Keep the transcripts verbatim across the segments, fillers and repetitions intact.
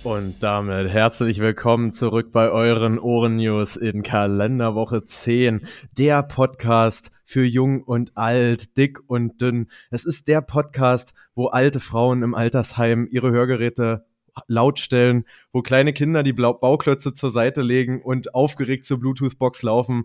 Und damit herzlich willkommen zurück bei euren Ohren-News in Kalenderwoche zehn. Der Podcast für Jung und Alt, dick und dünn. Es ist der Podcast, wo alte Frauen im Altersheim ihre Hörgeräte laut stellen, wo kleine Kinder die Blau- Bauklötze zur Seite legen und aufgeregt zur Bluetooth-Box laufen.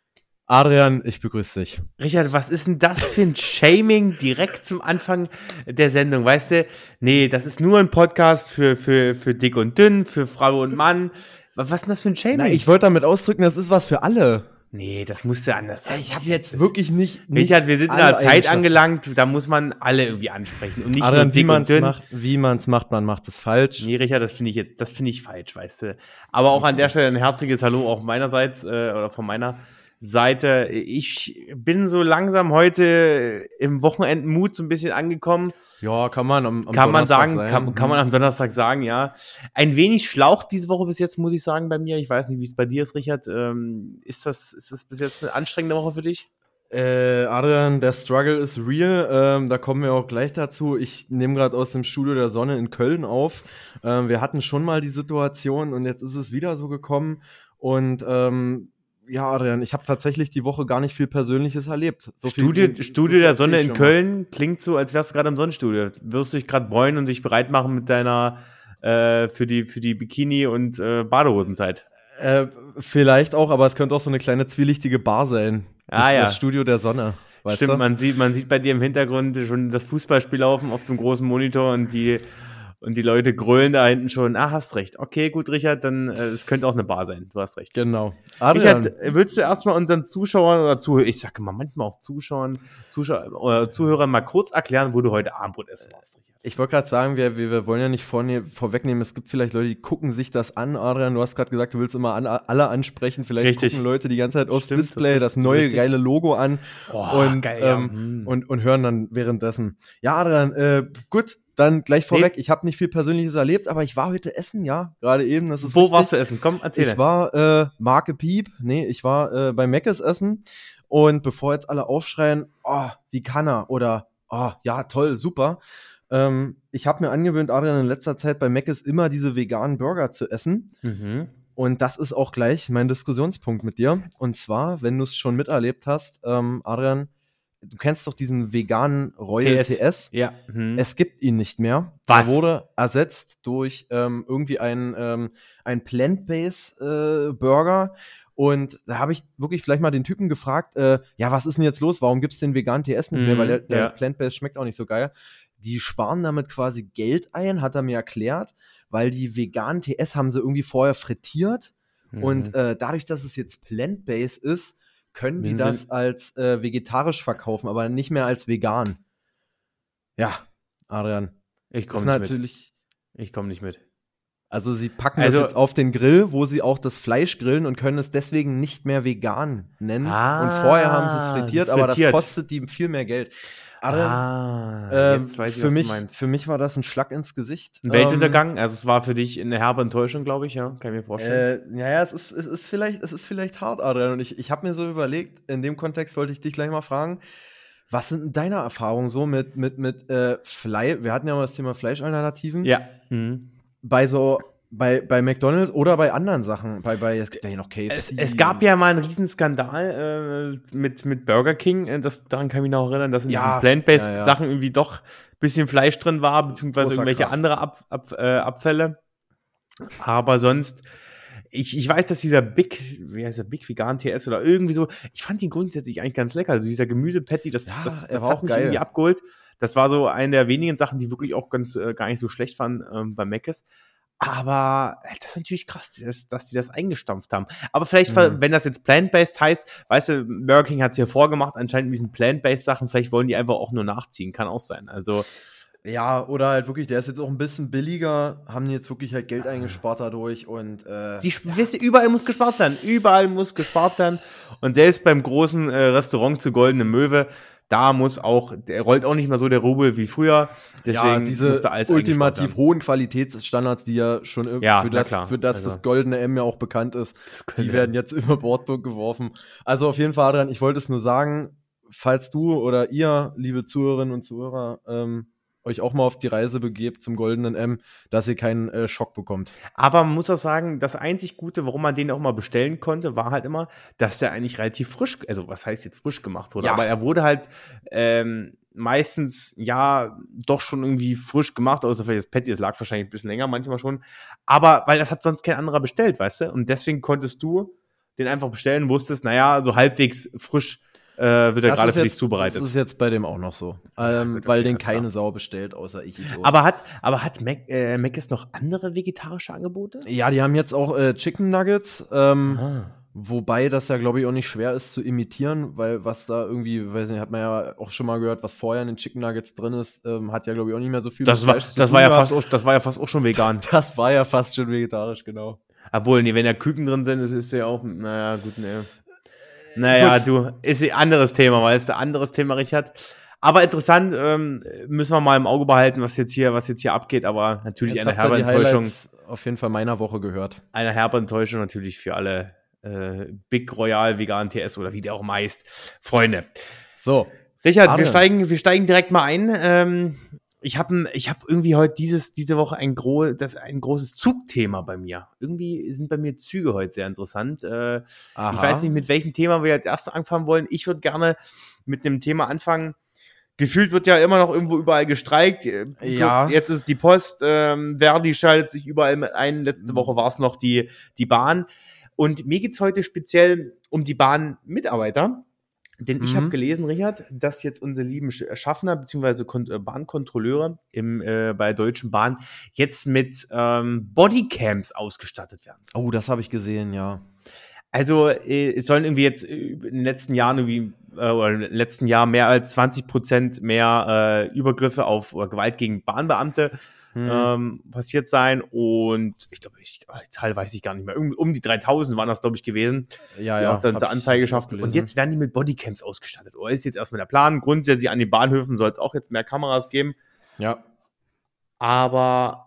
Adrian, ich begrüße dich. Richard, was ist denn das für ein Shaming direkt zum Anfang der Sendung? Weißt du, nee, das ist nur ein Podcast für, für, für dick und dünn, für Frau und Mann. Was ist denn das für ein Shaming? Nein, ich wollte damit ausdrücken, das ist was für alle. Nee, das musste anders sein. Ich habe jetzt wirklich nicht, nicht Richard, wir sind in einer Zeit angelangt, da muss man alle irgendwie ansprechen. Und nicht Adrian, nur dick wie man's und dünn. Macht, wie man es macht, man macht es falsch. Nee, Richard, das finde ich jetzt, das finde ich falsch, weißt du. Aber auch an der Stelle ein herzliches Hallo auch meinerseits, äh, oder von meiner Seite. Ich bin so langsam heute im Wochenendmut so ein bisschen angekommen. Ja, kann man am, am kann man Donnerstag sagen, sein. kann, kann man am Donnerstag sagen, ja. Ein wenig schlaucht diese Woche bis jetzt, muss ich sagen, bei mir. Ich weiß nicht, wie es bei dir ist, Richard. Ähm, ist das, ist das bis jetzt eine anstrengende Woche für dich? Äh, Adrian, der Struggle ist real. Ähm, da kommen wir auch gleich dazu. Ich nehme gerade aus dem Studio der Sonne in Köln auf. Ähm, wir hatten schon mal die Situation und jetzt ist es wieder so gekommen. Und ähm, ja, Adrian, ich habe tatsächlich die Woche gar nicht viel Persönliches erlebt. So Studio, viel, Studio so der Sonne in schon Köln mal. Klingt so, als wärst du gerade im Sonnenstudio. Wirst du dich gerade bräunen und dich bereit machen mit deiner äh, für die für die Bikini- und äh, Badehosenzeit. Äh, vielleicht auch, aber es könnte auch so eine kleine zwielichtige Bar sein. Das ah, ist ja. das Studio der Sonne. Weißt Stimmt, du? man sieht, man sieht bei dir im Hintergrund schon das Fußballspiel laufen auf dem großen Monitor und die Und die Leute grölen da hinten schon, ah, hast recht. Okay, gut, Richard, dann äh, es könnte auch eine Bar sein. Du hast recht. Genau. Adrian. Richard, willst du erstmal unseren Zuschauern oder Zuhörern, ich sage mal manchmal auch Zuschauern, Zuschauer, oder Zuhörern mal kurz erklären, wo du heute Abendbrot essen warst, Richard? Ich wollte gerade sagen, wir, wir, wir wollen ja nicht vorne, vorwegnehmen, es gibt vielleicht Leute, die gucken sich das an, Adrian. Du hast gerade gesagt, du willst immer an, alle ansprechen. Vielleicht richtig. gucken Leute die ganze Zeit aufs Stimmt, Display, das, das neue richtig. geile Logo an oh, und, geil, ähm, ja. und, und hören dann währenddessen. Ja, Adrian, äh, gut. Dann gleich vorweg, nee. Ich habe nicht viel Persönliches erlebt, aber ich war heute essen, ja, gerade eben. Das ist Wo richtig. warst du essen? Komm, erzähl. Ich war äh, Marke Piep, nee, ich war äh, bei Mc's essen und bevor jetzt alle aufschreien, oh, wie kann er oder oh, ja, toll, super. Ähm, ich habe mir angewöhnt, Adrian, in letzter Zeit bei Mc's immer diese veganen Burger zu essen. Mhm. Und das ist auch gleich mein Diskussionspunkt mit dir. Und zwar, wenn du es schon miterlebt hast, ähm, Adrian, du kennst doch diesen veganen Royal T S. T S. Ja. Mhm. Es gibt ihn nicht mehr. Was? Er wurde ersetzt durch ähm, irgendwie einen ähm, ein Plant-Based äh, Burger. Und da habe ich wirklich vielleicht mal den Typen gefragt, äh, ja, was ist denn jetzt los? Warum gibt es den veganen T S nicht mehr? Mhm, Weil der, der ja. Plant-Based schmeckt auch nicht so geil. Die sparen damit quasi Geld ein, hat er mir erklärt, weil die veganen T S haben sie irgendwie vorher frittiert. Mhm. Und äh, dadurch, dass es jetzt Plant-Based ist, können die das als äh, vegetarisch verkaufen, aber nicht mehr als vegan. Ja, Adrian. Ich komme nicht natürlich, mit. Ich komme nicht mit. Also sie packen also, das jetzt auf den Grill, wo sie auch das Fleisch grillen und können es deswegen nicht mehr vegan nennen. Ah, und vorher haben sie es frittiert, frittiert, aber das kostet die viel mehr Geld. Adrian, ah, ähm, jetzt weiß ich, für was mich, du meinst. Für mich war das ein Schlag ins Gesicht. Ein Weltuntergang? Also es war für dich eine herbe Enttäuschung, glaube ich, ja, kann ich mir vorstellen. Äh, naja, es ist, es, ist vielleicht, es ist vielleicht hart, Adrian. Und ich, ich habe mir so überlegt, in dem Kontext wollte ich dich gleich mal fragen, was sind denn deine Erfahrungen so mit, mit, mit äh, Fleisch? Wir hatten ja mal das Thema Fleischalternativen. Ja. Mhm. Bei so Bei, bei McDonald's oder bei anderen Sachen. Bei, bei es gibt ja hier noch K F C. Es, es gab ja mal einen Riesenskandal äh, mit, mit Burger King. Äh, das, daran kann ich mich noch erinnern, dass in ja, diesen Plant-Based-Sachen ja, ja. irgendwie doch ein bisschen Fleisch drin war, beziehungsweise Großer irgendwelche Kraft. andere Ab, Ab, äh, Abfälle. Aber sonst, ich, ich weiß, dass dieser Big, wie heißt der, Big Vegan T S oder irgendwie so, ich fand ihn grundsätzlich eigentlich ganz lecker. Also dieser Gemüsepatty, das, Ja, das, er das war hat auch mich geil. irgendwie abgeholt. Das war so eine der wenigen Sachen, die wirklich auch ganz äh, gar nicht so schlecht waren ähm, bei Mc's. Aber das ist natürlich krass, dass, dass die das eingestampft haben. Aber vielleicht, Mhm. wenn das jetzt Plant-Based heißt, weißt du, Burger King hat es hier vorgemacht, anscheinend mit diesen Plant-Based-Sachen, vielleicht wollen die einfach auch nur nachziehen, kann auch sein. Also, Ja, oder halt wirklich, der ist jetzt auch ein bisschen billiger, haben die jetzt wirklich halt Geld eingespart dadurch und äh, die, wisst ihr, überall muss gespart werden. Überall muss gespart werden. Und selbst beim großen äh, Restaurant zu Goldene Möwe, da muss auch, der rollt auch nicht mehr so der Rubel wie früher. Deswegen ja, diese muss da alles ultimativ hohen Qualitätsstandards, die ja schon irgendwie Ja, für, na das, klar. für das Also- das goldene M ja auch bekannt ist, Das könnte- die werden jetzt über Bord geworfen. Also auf jeden Fall, Adrian, ich wollte es nur sagen, falls du oder ihr, liebe Zuhörerinnen und Zuhörer, ähm, euch auch mal auf die Reise begebt zum Goldenen M, dass ihr keinen äh, Schock bekommt. Aber man muss auch sagen, das einzig Gute, warum man den auch mal bestellen konnte, war halt immer, dass der eigentlich relativ frisch, also was heißt jetzt frisch gemacht wurde, Ja. aber er wurde halt ähm, meistens, ja, doch schon irgendwie frisch gemacht, außer vielleicht das Patty, das lag wahrscheinlich ein bisschen länger manchmal schon, aber weil das hat sonst kein anderer bestellt, weißt du, und deswegen konntest du den einfach bestellen, wusstest, naja, so halbwegs frisch äh, wird er gerade für dich zubereitet. Das ist jetzt bei dem auch noch so, Ja, ähm, gut, okay, weil den alles klar. keine Sau bestellt, außer ich. Idiot. Aber hat, aber hat Mac, äh, Mc's noch andere vegetarische Angebote? Ja, die haben jetzt auch äh, Chicken Nuggets, ähm, Ah. wobei das ja, glaube ich, auch nicht schwer ist zu imitieren, weil was da irgendwie, weiß nicht, hat man ja auch schon mal gehört, was vorher in den Chicken Nuggets drin ist, ähm, hat ja, glaube ich, auch nicht mehr so viel Das mit war, Fleisch zu das, tun war ja gehabt. fast auch, das war ja fast auch schon vegan. Das war ja fast schon vegetarisch, genau. Obwohl, nee, wenn da Küken drin sind, ist es ja auch, naja, gut, nee. Naja, Gut. du, ist ein anderes Thema, weißt du, anderes Thema, Richard. Aber interessant, ähm, müssen wir mal im Auge behalten, was jetzt hier, was jetzt hier abgeht, aber natürlich Jetzt eine habt ihr herbe die Enttäuschung, Highlights auf jeden Fall meiner Woche gehört. eine herbe Enttäuschung natürlich für alle äh, Big Royal Vegan T S oder wie der auch immer heißt. Freunde. So, Richard, wir Adrian. steigen, wir steigen direkt mal ein. Ähm, ich habe ich hab irgendwie heute dieses, diese Woche ein, gro das, ein großes Zugthema bei mir. Irgendwie sind bei mir Züge heute sehr interessant. Äh, aha. ich weiß nicht, mit welchem Thema wir als erstes anfangen wollen. Ich würde gerne mit einem Thema anfangen. Gefühlt wird ja immer noch irgendwo überall gestreikt. Ja. Jetzt ist die Post, ähm, Verdi schaltet sich überall mit ein. Letzte Woche war es noch die, die Bahn. Und mir geht's heute speziell um die Bahnmitarbeiter. Denn ich Mhm. habe gelesen, Richard, dass jetzt unsere lieben Sch- Schaffner bzw. Kon- äh, Bahnkontrolleure im, äh, bei der Deutschen Bahn jetzt mit ähm, Bodycams ausgestattet werden sollen. Oh, das habe ich gesehen, ja. Also äh, es sollen irgendwie jetzt äh, in den letzten Jahren irgendwie äh, oder im letzten Jahr mehr als zwanzig Prozent mehr äh, Übergriffe auf oder Gewalt gegen Bahnbeamte Hm. ähm, passiert sein. Und ich glaube, ich, oh, die Zahl weiß ich gar nicht mehr. Um, um die dreitausend waren das, glaube ich, gewesen. ja, Die ja. auch dann hab zur ich- Anzeige hab ich auch geschafft. Und gelesen. jetzt werden die mit Bodycams ausgestattet. Oder ist jetzt erstmal der Plan. Grundsätzlich an den Bahnhöfen soll es auch jetzt mehr Kameras geben. Ja. Aber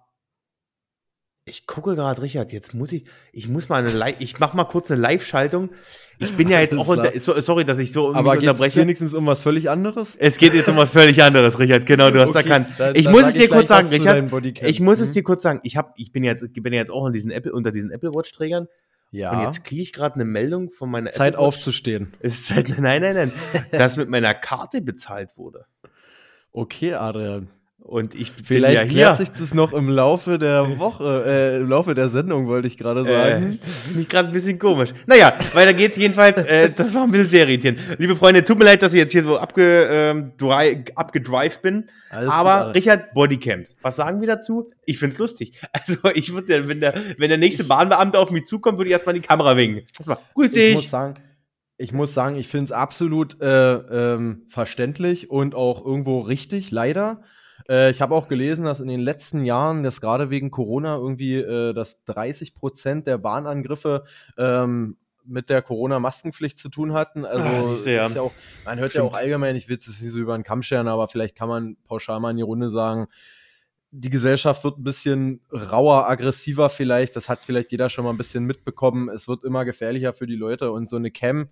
ich gucke gerade, Richard, jetzt muss ich, ich muss mal eine Live, ich mache mal kurz eine Live-Schaltung. Ich bin ja jetzt Alles auch, unter, klar. so, sorry, dass ich so Aber mich geht es unterbreche. wenigstens um was völlig anderes? Es geht jetzt um was völlig anderes, Richard. Genau, du hast Okay, erkannt. dann- Ich dann muss sag es dir gleich kurz sagen, was zu Richard. deinen Bodycams. Ich muss es Hm? dir kurz sagen. Ich hab, ich bin jetzt, ich bin ja jetzt auch in diesen Apple, unter diesen Apple Watch-Trägern. Ja. Und jetzt kriege ich gerade eine Meldung von meiner Zeit Apple Watch. aufzustehen. Es ist Zeit, nein, nein, nein, dass mit meiner Karte bezahlt wurde. Okay, Adrian. Und ich Vielleicht bin ja klärt hier. sich das noch im Laufe der Woche, äh, im Laufe der Sendung, wollte ich gerade Äh, sagen. das finde ich gerade ein bisschen komisch. Naja, weiter geht's jedenfalls. Äh, das war ein bisschen sehr irritierend. Liebe Freunde, tut mir leid, dass ich jetzt hier so abge, ähm, dri- abgedrived bin. Alles gut, Aber Adrian. Richard, Bodycams. Was sagen wir dazu? Ich find's lustig. Also ich würde, wenn der, wenn der nächste Bahnbeamte auf mich zukommt, würde ich erstmal in die Kamera winken. Erstmal, grüß Ich muss dich. sagen, ich muss sagen, ich finde es absolut äh, ähm, verständlich und auch irgendwo richtig, leider. Äh, ich habe auch gelesen, dass in den letzten Jahren, das gerade wegen Corona irgendwie, äh, dass dreißig Prozent der Bahnangriffe ähm, mit der Corona-Maskenpflicht zu tun hatten. Also Ah, es siehst du, ja. ist ja auch, man hört Stimmt. ja auch allgemein, ich will es jetzt nicht so über den Kamm scheren, aber vielleicht kann man pauschal mal in die Runde sagen, die Gesellschaft wird ein bisschen rauer, aggressiver vielleicht. Das hat vielleicht jeder schon mal ein bisschen mitbekommen. Es wird immer gefährlicher für die Leute. Und so eine Cam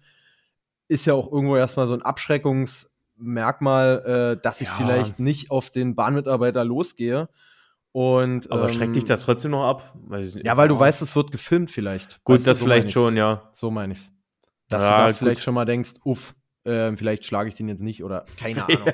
ist ja auch irgendwo erstmal so ein Abschreckungsmerkmal, äh, dass ich Ja. vielleicht nicht auf den Bahnmitarbeiter losgehe. Und, Aber ähm, schreckt dich das trotzdem noch ab? Weiß ich nicht. Ja, weil du weißt, es wird gefilmt vielleicht. Gut, Weißt du, das so vielleicht mein ich's. schon, ja. So meine ich's. Dass Ja, du da gut. vielleicht schon mal denkst, uff, äh, vielleicht schlage ich den jetzt nicht oder keine Ahnung.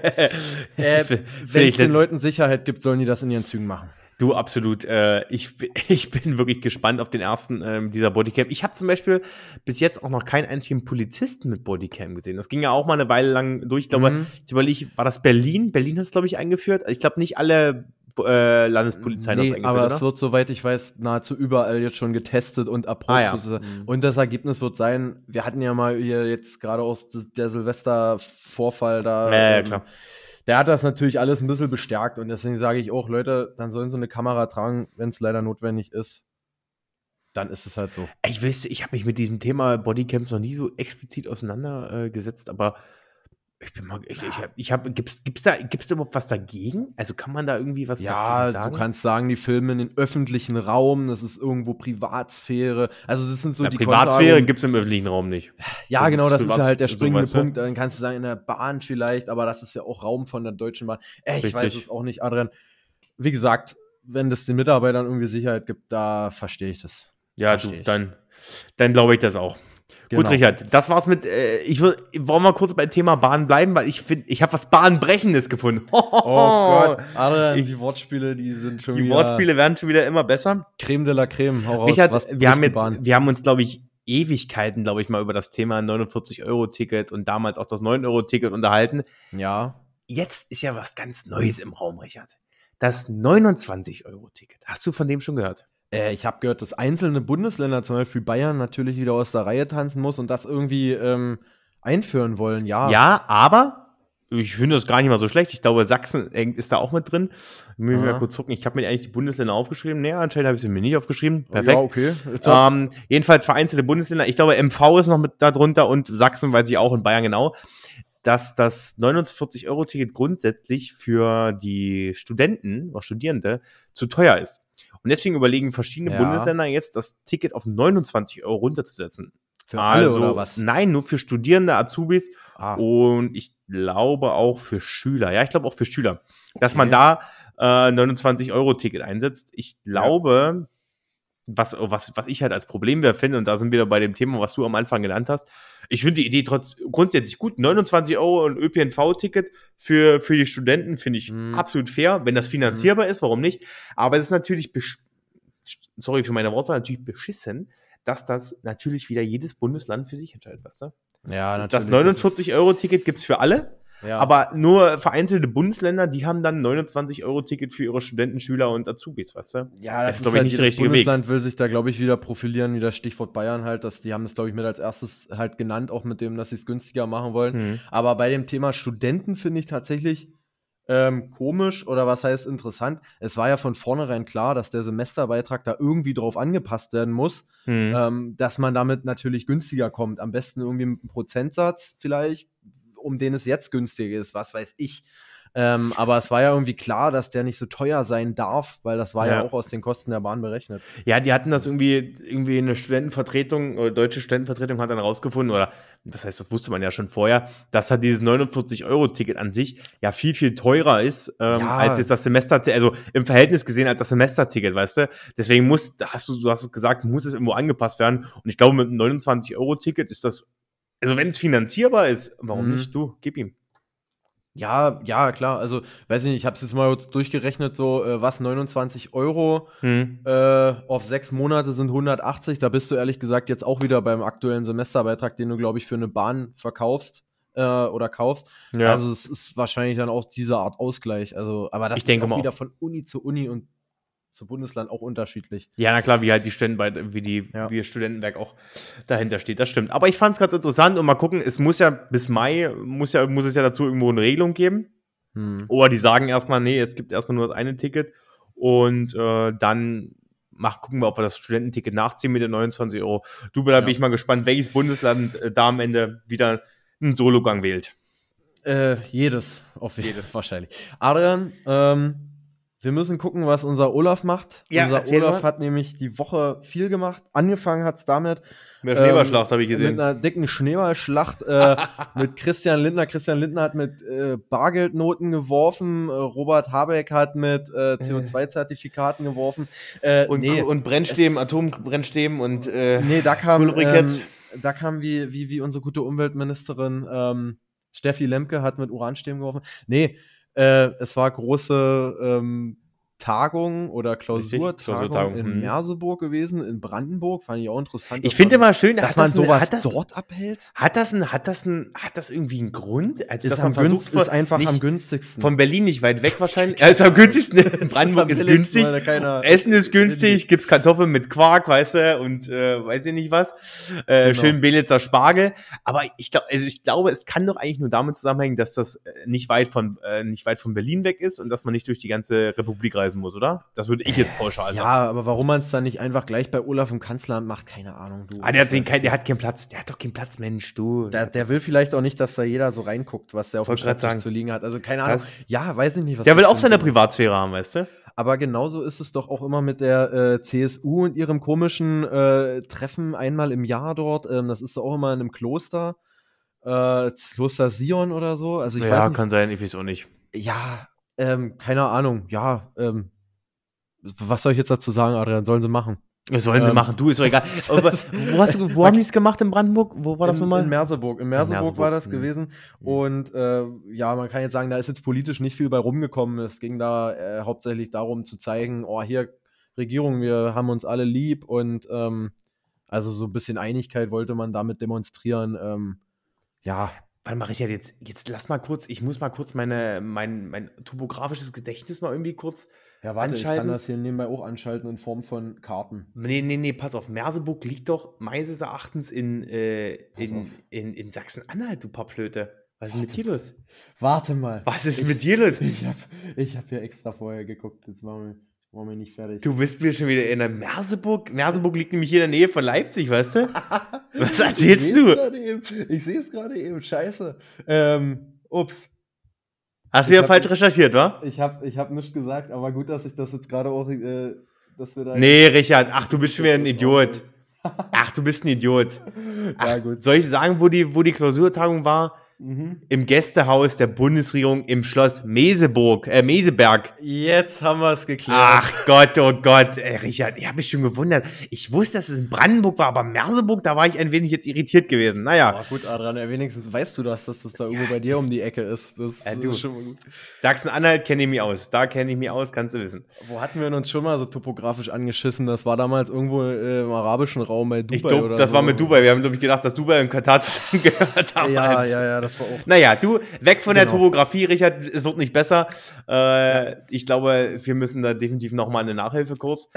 äh, F- Wenn ich es den letzt- Leuten Sicherheit gibt, sollen die das in ihren Zügen machen. Du, absolut. Äh, ich, bin- ich bin wirklich gespannt auf den ersten ähm, dieser Bodycam. Ich habe zum Beispiel bis jetzt auch noch keinen einzigen Polizisten mit Bodycam gesehen. Das ging ja auch mal eine Weile lang durch. Ich glaube, Mhm. ich überlege, war das Berlin? Berlin hat es, glaube ich, eingeführt. Ich glaube, nicht alle äh, Landespolizeien haben es Nee, eingeführt, aber oder? es wird, soweit ich weiß, nahezu überall jetzt schon getestet und erprobt. Ah, ja. sozusagen. Mhm. Und das Ergebnis wird sein, wir hatten ja mal hier jetzt gerade aus des- der Silvester-Vorfall da. Ja, ja, ähm, klar. Der hat das natürlich alles ein bisschen bestärkt und deswegen sage ich auch, Leute, dann sollen sie eine Kamera tragen, wenn es leider notwendig ist. Dann ist es halt so. Ich wüsste, ich habe mich mit diesem Thema Bodycams noch nie so explizit auseinandergesetzt, aber Ich bin mal, ich, ich hab, ich hab, gibt's, gibt's da, gibt's da überhaupt was dagegen? Also kann man da irgendwie was ja, dagegen sagen? Du kannst sagen, die filmen in den öffentlichen Raum, das ist irgendwo Privatsphäre. Also das sind so Na, die Privatsphäre gibt's im öffentlichen Raum nicht. Ja, So, genau, das Privats- ist halt der so, springende weißt du? Punkt. Dann kannst du sagen, in der Bahn vielleicht, aber das ist ja auch Raum von der Deutschen Bahn. Äh, ich Richtig. weiß es auch nicht, Adrian. Wie gesagt, wenn das den Mitarbeitern irgendwie Sicherheit gibt, da verstehe ich das. Ja, Versteh du, ich. dann, dann glaube ich das auch. Genau. Gut, Richard, das war's mit, äh, ich will, wollen wir kurz beim Thema Bahn bleiben, weil ich finde, ich habe was Bahnbrechendes gefunden. Oh Gott, Adrian, Ich- die Wortspiele, die sind schon Die wieder Wortspiele werden schon wieder immer besser. Creme de la Creme. Hau raus, Richard, was wir haben bricht die jetzt, Bahn? wir haben uns, glaube ich, Ewigkeiten, glaube ich, mal über das Thema neunundvierzig-Euro-Ticket und damals auch das neun-Euro-Ticket unterhalten. Ja, Jetzt ist ja was ganz Neues im Raum, Richard. Das neunundzwanzig-Euro-Ticket. Hast du von dem schon gehört? äh, ich habe gehört, dass einzelne Bundesländer, zum Beispiel Bayern, natürlich wieder aus der Reihe tanzen muss und das irgendwie ähm, einführen wollen. Ja, Ja, aber ich finde das gar nicht mal so schlecht. Ich glaube, Sachsen ist da auch mit drin. Ich muss Aha. mal kurz gucken. Ich habe mir eigentlich die Bundesländer aufgeschrieben. Nee, anscheinend habe ich sie mir nicht aufgeschrieben. Ja, Perfekt. okay. Jetzt hab- Ähm, jedenfalls vereinzelte Bundesländer. Ich glaube, M V ist noch mit da drunter und Sachsen weiß ich auch und Bayern genau, dass das neunundvierzig-Euro-Ticket grundsätzlich für die Studenten oder Studierende zu teuer ist. Und deswegen überlegen verschiedene Ja. Bundesländer jetzt, das Ticket auf neunundzwanzig Euro runterzusetzen. Für alle Also, oder was? Nein, nur für Studierende, Azubis Ah. und ich glaube auch für Schüler. Ja, ich glaube auch für Schüler. Dass Okay. man da äh, neunundzwanzig-Euro-Ticket einsetzt. Ich glaube, was, was, was ich halt als Problem wäre finde, und da sind wir wieder bei dem Thema, was du am Anfang genannt hast. Ich finde die Idee trotz grundsätzlich gut. neunundzwanzig Euro ein Ö P N V-Ticket für, für die Studenten finde ich Mhm. absolut fair. Wenn das finanzierbar ist, warum nicht? Aber es ist natürlich, besch- sorry für meine Wortwahl, natürlich beschissen, dass das natürlich wieder jedes Bundesland für sich entscheidet, weißt du? Ja, natürlich. Das neunundvierzig-Euro-Ticket gibt es für alle, ist, ja. aber nur vereinzelte Bundesländer, die haben dann neunundzwanzig-Euro-Ticket für ihre Studenten, Schüler und Azubis, weißt du? ja, das das ist, glaub ich, nicht der jedes richtige Weg. Bundesland will sich da, glaube ich, wieder profilieren, wie das Stichwort Bayern halt. Dass, die haben das, glaube ich, mit als erstes halt genannt, auch mit dem, dass sie es günstiger machen wollen. Mhm. Aber bei dem Thema Studenten finde ich tatsächlich ähm, komisch oder was heißt interessant. Es war ja von vornherein klar, dass der Semesterbeitrag da irgendwie drauf angepasst werden muss, Mhm. ähm, dass man damit natürlich günstiger kommt. Am besten irgendwie mit einem Prozentsatz vielleicht, um den es jetzt günstig ist, was weiß ich. Ähm, aber es war ja irgendwie klar, dass der nicht so teuer sein darf, weil das war ja, Ja. auch aus den Kosten der Bahn berechnet. Ja, die hatten das irgendwie, irgendwie eine Studentenvertretung, oder deutsche Studentenvertretung hat dann rausgefunden, oder das heißt, das wusste man ja schon vorher, dass halt dieses neunundvierzig-Euro-Ticket an sich ja viel, viel teurer ist, ähm, Ja. als jetzt das Semester, also im Verhältnis gesehen als das Semesterticket, weißt du? Deswegen muss, hast du, du hast es gesagt, muss es irgendwo angepasst werden. Und ich glaube, mit einem neunundzwanzig-Euro-Ticket ist das, also wenn es finanzierbar ist, warum Mhm. nicht? Du, gib ihm. Ja, ja, klar. Also, weiß ich nicht, ich habe es jetzt mal kurz durchgerechnet, so äh, was, neunundzwanzig Euro Hm. äh, auf sechs Monate sind hundertachtzig. Da bist du ehrlich gesagt jetzt auch wieder beim aktuellen Semesterbeitrag, den du, glaube ich, für eine Bahn verkaufst äh, oder kaufst. Ja. Also, es ist wahrscheinlich dann auch diese Art Ausgleich. Also, aber das Ich denke ist mal auch auch. wieder von Uni zu Uni und zu Bundesland auch unterschiedlich. Ja, na klar, wie halt die Studenten bei, wie die, Ja. wie das Studentenwerk auch dahinter steht. Das stimmt. Aber ich fand es ganz interessant und mal gucken, es muss ja bis Mai, muss ja, muss es ja dazu irgendwo eine Regelung geben. Hm. Oder die sagen erstmal, nee, es gibt erstmal nur das eine Ticket und äh, dann mach, gucken wir, ob wir das Studententicket nachziehen mit den neunundzwanzig Euro. Du, da Ja. bin ich mal gespannt, welches Bundesland äh, da am Ende wieder einen Sologang wählt. Äh, jedes, auf jedes wahrscheinlich. Adrian, ähm, wir müssen gucken, was unser Olaf macht. Ja, unser erzähl Olaf mal. hat nämlich die Woche viel gemacht. Angefangen hat es damit, Mit der Schneeballschlacht habe ich Mit gesehen. einer dicken Schneeballschlacht äh, mit Christian Lindner. Christian Lindner hat mit äh, Bargeldnoten geworfen. Äh, Robert Habeck hat mit äh, C O zwei Zertifikaten geworfen. Äh, Und, nee, und Brennstäben, es- Atombrennstäben und äh, nee, da kam, ähm, Kohlebriketts. da kam wie, wie, wie unsere gute Umweltministerin ähm, Steffi Lemke hat mit Uranstäben geworfen. Nee, äh, es war große ähm, Tagung oder Klausurtagung, Klausurtagung, in mhm. Merseburg gewesen, in Brandenburg. Fand ich auch interessant. Ich dass finde man- immer schön, dass hat man das ein- sowas hat das, dort abhält. Hat das, ein, hat, das ein, hat das irgendwie einen Grund? Also, Ist, dass am man versucht, günst, ist von- einfach nicht am günstigsten. von Berlin nicht weit weg wahrscheinlich. Also am günstigsten. Brandenburg am ist billigsten, günstig. weil da keiner- Essen ist günstig. Gibt's Kartoffeln mit Quark, weißt du, und äh, weiß ich nicht was. Äh, Genau. Schön Belitzer Spargel. Aber ich, glaub, also ich glaube, es kann doch eigentlich nur damit zusammenhängen, dass das äh, nicht weit von, äh, nicht weit von Berlin weg ist und dass man nicht durch die ganze Republik reisen zuweisen muss, oder? Das würde ich jetzt pauschal ja, sagen. Ja, aber warum man es dann nicht einfach gleich bei Olaf im Kanzleramt macht, keine Ahnung. Du, ah, der, hat den, kein, der hat keinen Platz. Der hat doch keinen Platz, Mensch, du. Der, der will vielleicht auch nicht, dass da jeder so reinguckt, was der auf dem Schreibtisch zu liegen hat. Also keine Ahnung. Was? Ja, weiß ich nicht, was Der will das auch seine stimmt. Privatsphäre haben, weißt du? Aber genauso ist es doch auch immer mit der äh, C S U und ihrem komischen äh, Treffen einmal im Jahr dort. Ähm, das ist doch auch immer in einem Kloster. Äh, Kloster Sion oder so. Also ich ja, weiß nicht. kann sein, ich weiß auch nicht. Ja, ähm, keine Ahnung. Ja, ähm, was soll ich jetzt dazu sagen, Adrian? Sollen sie machen. Das sollen sie Ähm, machen, du, ist doch egal. Aber, wo hast du, wo haben die es gemacht in Brandenburg? Wo war das in, nochmal? in Merseburg. In Merseburg, Merseburg, war das mhm. gewesen. Mhm. Und äh, ja, man kann jetzt sagen, da ist jetzt politisch nicht viel bei rumgekommen. Es ging da äh, hauptsächlich darum zu zeigen, oh, hier, Regierung, wir haben uns alle lieb und ähm, also so ein bisschen Einigkeit wollte man damit demonstrieren. Ähm, ja. Warte mal, Richard, jetzt, jetzt lass mal kurz, ich muss mal kurz meine, mein, mein topografisches Gedächtnis mal irgendwie kurz Ja, warte, anschalten. ich kann das hier nebenbei auch anschalten in Form von Karten. Nee, nee, nee, pass auf, Merseburg liegt doch meines Erachtens in, äh, in, in, in Sachsen-Anhalt, du Pappflöte. Was ist denn mit dir los? Warte mal. Was ist mit dir los? Ich habe ich hab ja extra vorher geguckt, jetzt machen wir, machen wir nicht fertig. Du bist mir schon wieder in der Merseburg. Merseburg liegt nämlich hier in der Nähe von Leipzig, weißt du? Was erzählst ich du? Eben. Ich sehe es gerade eben, scheiße. Ähm, ups. Hast du ja falsch recherchiert, wa? Ich habe ich hab nichts gesagt, aber gut, dass ich das jetzt gerade auch, äh, dass wir da... Nee, Richard, ach, du bist schon wieder ein Idiot. Ach, du bist ein Idiot. Ach, ja, gut. Soll ich sagen, wo die, wo die Klausurtagung war? Mhm. Im Gästehaus der Bundesregierung im Schloss Meseburg, äh, Meseberg. Jetzt haben wir es geklärt. Ach Gott, oh Gott. Ey, Richard, ich habe mich schon gewundert. Ich wusste, dass es in Brandenburg war, aber Merseburg, da war ich ein wenig jetzt irritiert gewesen. Naja. Oh, gut, Adrian, wenigstens weißt du das, dass das da irgendwo bei dir um die Ecke ist. Das Ja, ist du. schon mal gut. Sachsen-Anhalt kenne ich mich aus. Da kenne ich mich aus, kannst du wissen. Wo hatten wir uns schon mal so topografisch angeschissen? Das war damals irgendwo äh, im arabischen Raum bei Dubai Ich glaub, oder das so. war mit Dubai. Wir haben, glaube ich, gedacht, dass Dubai und Katar zusammengehört haben. Ja, ja, ja, das war auch... Naja, du, weg von der Genau. Topografie, Richard, es wird nicht besser. Äh, ich glaube, wir müssen da definitiv nochmal einen Nachhilfekurs.